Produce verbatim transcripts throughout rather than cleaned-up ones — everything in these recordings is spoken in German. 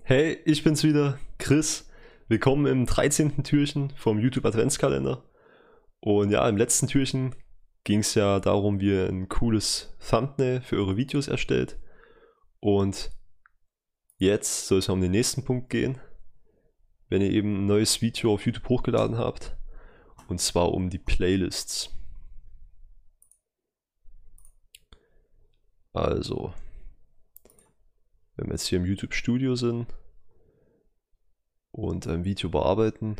Hey, ich bin's wieder, Chris. Willkommen im dreizehnten Türchen vom YouTube Adventskalender. Und ja, im letzten Türchen ging es ja darum, wie ihr ein cooles Thumbnail für eure Videos erstellt. Und jetzt soll es ja um den nächsten Punkt gehen, wenn ihr eben ein neues Video auf YouTube hochgeladen habt. Und zwar um die Playlists. Also, wenn wir jetzt hier im YouTube Studio sind und ein Video bearbeiten,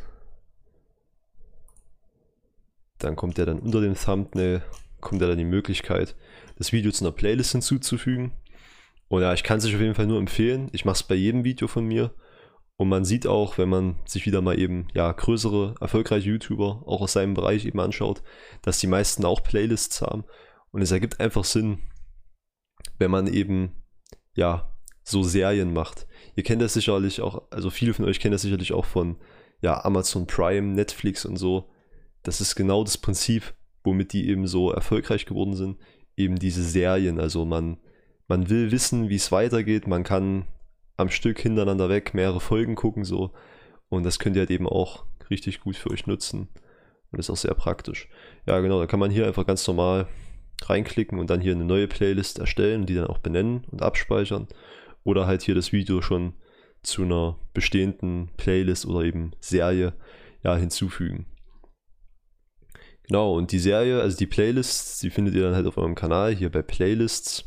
dann kommt ja dann unter dem Thumbnail, kommt ja dann die Möglichkeit, das Video zu einer Playlist hinzuzufügen. Und ja, ich kann es euch auf jeden Fall nur empfehlen. Ich mache es bei jedem Video von mir. Und man sieht auch, wenn man sich wieder mal eben ja größere, erfolgreiche YouTuber auch aus seinem Bereich eben anschaut, dass die meisten auch Playlists haben. Und es ergibt einfach Sinn, wenn man eben ja so Serien macht. Ihr kennt das sicherlich auch, also viele von euch kennen das sicherlich auch von ja Amazon Prime, Netflix und so. Das ist genau das Prinzip, womit die eben so erfolgreich geworden sind. Eben diese Serien. Also man, man will wissen, wie es weitergeht. Man kann am Stück hintereinander weg mehrere Folgen gucken so. Und das könnt ihr halt eben auch richtig gut für euch nutzen. Und ist auch sehr praktisch. Ja genau, da kann man hier einfach ganz normal reinklicken und dann hier eine neue Playlist erstellen und die dann auch benennen und abspeichern. Oder halt hier das Video schon zu einer bestehenden Playlist oder eben Serie ja, hinzufügen. Genau, und die Serie, also die Playlists, die findet ihr dann halt auf eurem Kanal, hier bei Playlists.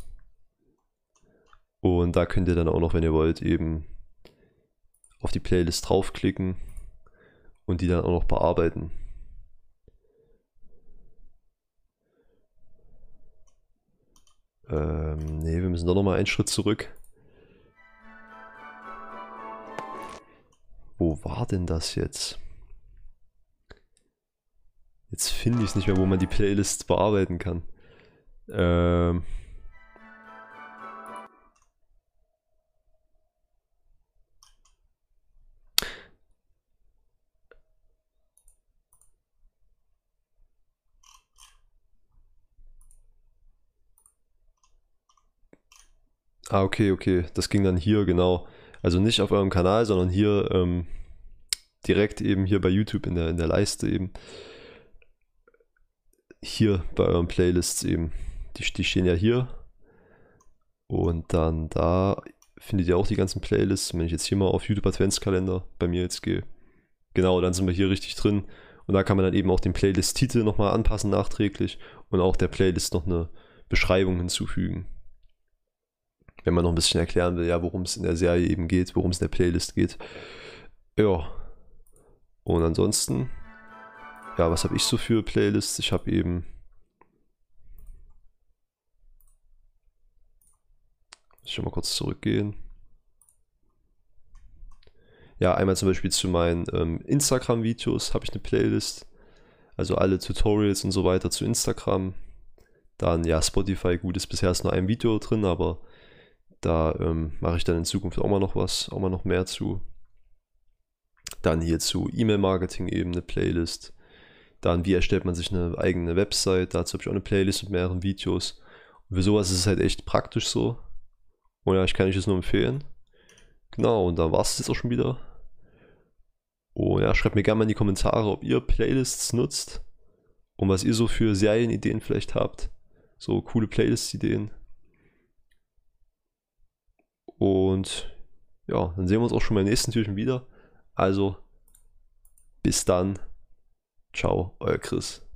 Und da könnt ihr dann auch noch, wenn ihr wollt, eben auf die Playlist draufklicken und die dann auch noch bearbeiten. Ähm, ne, wir müssen doch nochmal einen Schritt zurück. Wo war denn das jetzt? Jetzt finde ich es nicht mehr, wo man die Playlist bearbeiten kann. Ähm. Ah, okay, okay. Das ging dann hier, genau. Also nicht auf eurem Kanal, sondern hier ähm, direkt eben hier bei YouTube in der, in der Leiste eben. Hier bei euren Playlists eben. Die, die stehen ja hier. Und dann da findet ihr auch die ganzen Playlists. Wenn ich jetzt hier mal auf YouTube Adventskalender bei mir jetzt gehe. Genau, dann sind wir hier richtig drin. Und da kann man dann eben auch den Playlist-Titel nochmal anpassen nachträglich. Und auch der Playlist noch eine Beschreibung hinzufügen. Wenn man noch ein bisschen erklären will, ja, worum es in der Serie eben geht, worum es in der Playlist geht. Ja. Und ansonsten, ja, was habe ich so für Playlists? Ich habe eben muss ich mal kurz zurückgehen. Ja, einmal zum Beispiel zu meinen ähm, Instagram-Videos habe ich eine Playlist. Also alle Tutorials und so weiter zu Instagram. Dann, ja, Spotify, gut, ist bisher ist nur ein Video drin, aber da ähm, mache ich dann in Zukunft auch mal noch was, auch mal noch mehr zu. Dann hier zu E-Mail-Marketing eben eine Playlist. Dann, wie erstellt man sich eine eigene Website? Dazu habe ich auch eine Playlist mit mehreren Videos. Und für sowas ist es halt echt praktisch so. Und ja, ich kann euch das nur empfehlen. Genau, und dann war es jetzt auch schon wieder. Und ja, schreibt mir gerne mal in die Kommentare, ob ihr Playlists nutzt und was ihr so für Serienideen vielleicht habt. So coole Playlist-Ideen. Und ja, dann sehen wir uns auch schon beim nächsten Türchen wieder. Also, bis dann. Ciao, euer Chris.